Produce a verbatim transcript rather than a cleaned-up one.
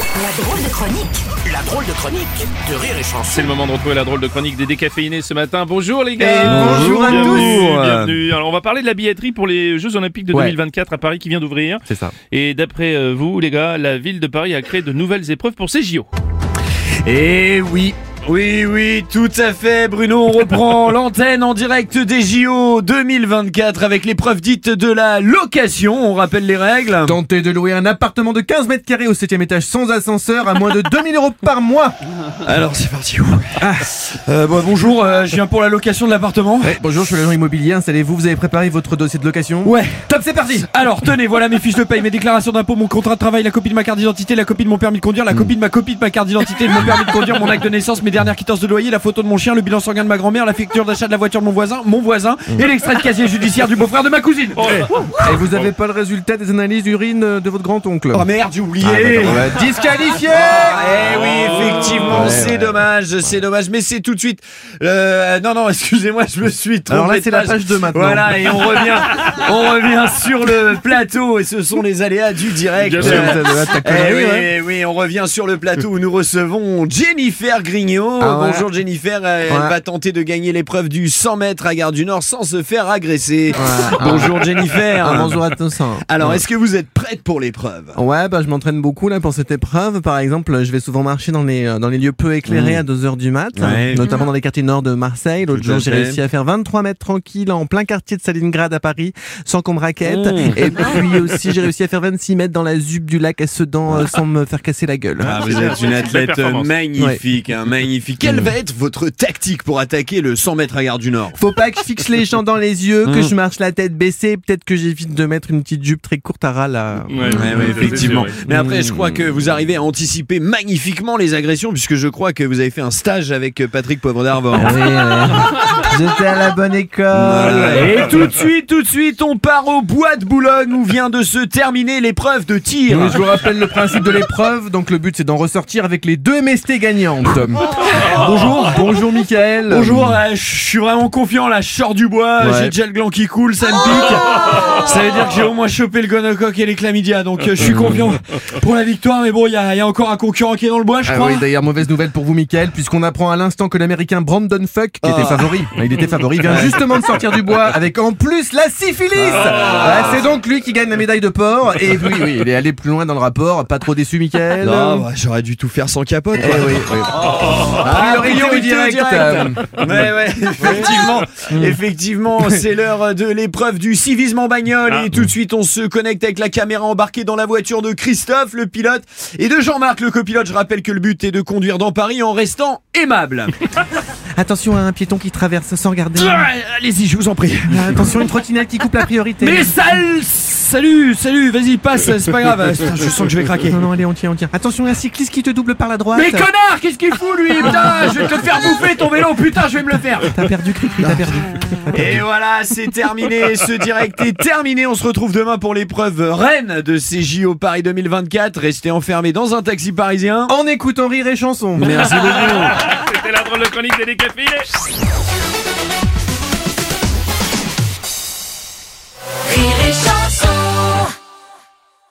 La drôle de chronique. La drôle de chronique de Rire et Chanson. C'est le moment de retrouver la drôle de chronique des décaféinés ce matin. Bonjour les gars. Et bonjour à bienvenue, tous. Bienvenue. Alors on va parler de la billetterie pour les Jeux Olympiques de Ouais. deux mille vingt-quatre à Paris qui vient d'ouvrir. C'est ça. Et d'après euh, vous les gars, la ville de Paris a créé de nouvelles épreuves pour ces J O. Et oui, oui, oui, tout à fait, Bruno, on reprend l'antenne en direct des J O deux mille vingt-quatre avec l'épreuve dite de la location, on rappelle les règles. Tentez de louer un appartement de quinze mètres carrés au septième étage sans ascenseur à moins de deux mille euros par mois. Alors c'est parti. Ah, euh, bon, bonjour, euh, je viens pour la location de l'appartement. Ouais, bonjour, je suis l'agent immobilier, installez-vous, vous avez préparé votre dossier de location? Ouais, top, c'est parti. Alors tenez, voilà mes fiches de paye, mes déclarations d'impôt, mon contrat de travail, la copie de ma carte d'identité, la copie de mon permis de conduire, la copie de ma copie de ma carte d'identité, de mon permis de conduire, mon acte de naissance, mes dernières quittances de loyer, la photo de mon chien, le bilan sanguin de ma grand-mère, la facture d'achat de la voiture de mon voisin, mon voisin, et l'extrait de casier judiciaire du beau-frère de ma cousine. Et vous avez pas le résultat des analyses d'urine de votre grand-oncle? Oh merde, j'ai oublié. Disqualifié. Eh oui, effectivement, c'est dommage, c'est dommage, mais c'est tout de suite. Euh, non, non, excusez-moi, je me suis trompé. Alors là, de c'est la page deux maintenant. Voilà, et on revient, on revient sur le plateau, et ce sont les aléas du direct. Bien sûr. Euh, Vous avez la eh connerie, oui, ouais. oui, on revient sur le plateau où nous recevons Jennifer Grignot. Ah ouais. Bonjour Jennifer, elle Ouais. va tenter de gagner l'épreuve du cent mètres à Gare du Nord sans se faire agresser. Bonjour Jennifer. Ah, bonjour à tous. Alors, Ouais. est-ce que vous êtes prête pour l'épreuve? Ouais, bah je m'entraîne beaucoup là pour cette épreuve. Par exemple, je vais souvent marcher dans les dans les lieux peu éclairés à deux heures du mat, Ouais. notamment dans les quartiers nord de Marseille. L'autre Tout à jour, j'ai fait. réussi à faire vingt-trois mètres tranquille en plein quartier de Stalingrad à Paris, sans qu'on me raquette. Mmh. Et puis aussi, j'ai réussi à faire vingt-six mètres dans la ZUP du lac à Sedan euh, sans me faire casser la gueule. Ah, vous C'est êtes bien, une c'est une belle athlète performance. magnifique, hein, magnifique. Quelle va être votre tactique pour attaquer le cent mètres à Gare du Nord? Faut pas que je fixe les gens dans les yeux, que Mmh. je marche la tête baissée. Peut-être que j'évite de mettre une petite jupe très courte à ras là. Ouais, Ouais, ouais, c'est effectivement. sûr, ouais. Mais après, je crois que vous arrivez à anticiper magnifiquement les agressions, puisque je crois que vous avez fait un stage avec Patrick Poivre d'Arvor. Ah oui, ouais. J'étais à la bonne école. Et tout de suite, tout de suite, on part au bois de Boulogne où vient de se terminer l'épreuve de tir. Oui, je vous rappelle le principe de l'épreuve. Donc le but c'est d'en ressortir avec les deux M S T gagnantes. Bonjour, bonjour Mickaël. Bonjour, euh, je suis vraiment confiant là, je sors du bois, Ouais. j'ai déjà le gland qui coule, ça me pique. Ça veut dire que j'ai au moins chopé le gonocoque et les chlamydia, donc euh, je suis confiant pour la victoire, mais bon, il y, a- il y a encore un concurrent qui est dans le bois, je Ah crois. oui, d'ailleurs mauvaise nouvelle pour vous Mickaël, puisqu'on apprend à l'instant que l'américain Brandon Fuck, qui était favori, il était favori, vient justement de sortir du bois avec en plus la syphilis. Ouais, c'est donc lui qui gagne la médaille de porc. Et oui, oui, il est allé plus loin dans le rapport. Pas trop déçu Mickaël? Non, bah, j'aurais dû tout faire sans capote. Eh quoi. oui, oui. Ah, Priorité au direct. Ouais, ouais, effectivement, effectivement, c'est l'heure de l'épreuve du civisme en bagnole et tout de suite on se connecte avec la caméra embarquée dans la voiture de Christophe, le pilote, et de Jean-Marc, le copilote. Je rappelle que le but est de conduire dans Paris en restant aimable. Attention à un piéton qui traverse sans regarder. Allez-y, je vous en prie. Attention, une trottinette qui coupe la priorité. Mais sale, salut, salut, vas-y, passe, c'est pas grave. Putain, je sens que je vais craquer. Non, non, allez, on tient, on tient. Attention, un cycliste qui te double par la droite. Mais connard, qu'est-ce qu'il fout lui? Putain, je vais te le faire bouffer ton vélo, putain, je vais me le faire. T'as perdu, Cricri, t'as perdu. Et voilà, c'est terminé, ce direct est terminé. On se retrouve demain pour l'épreuve reine de ces J O Paris deux mille vingt-quatre. Restez enfermés dans un taxi parisien. En écoutant Rire et Chanson. Merci beaucoup. C'était la drôle de chronique des décaféinés.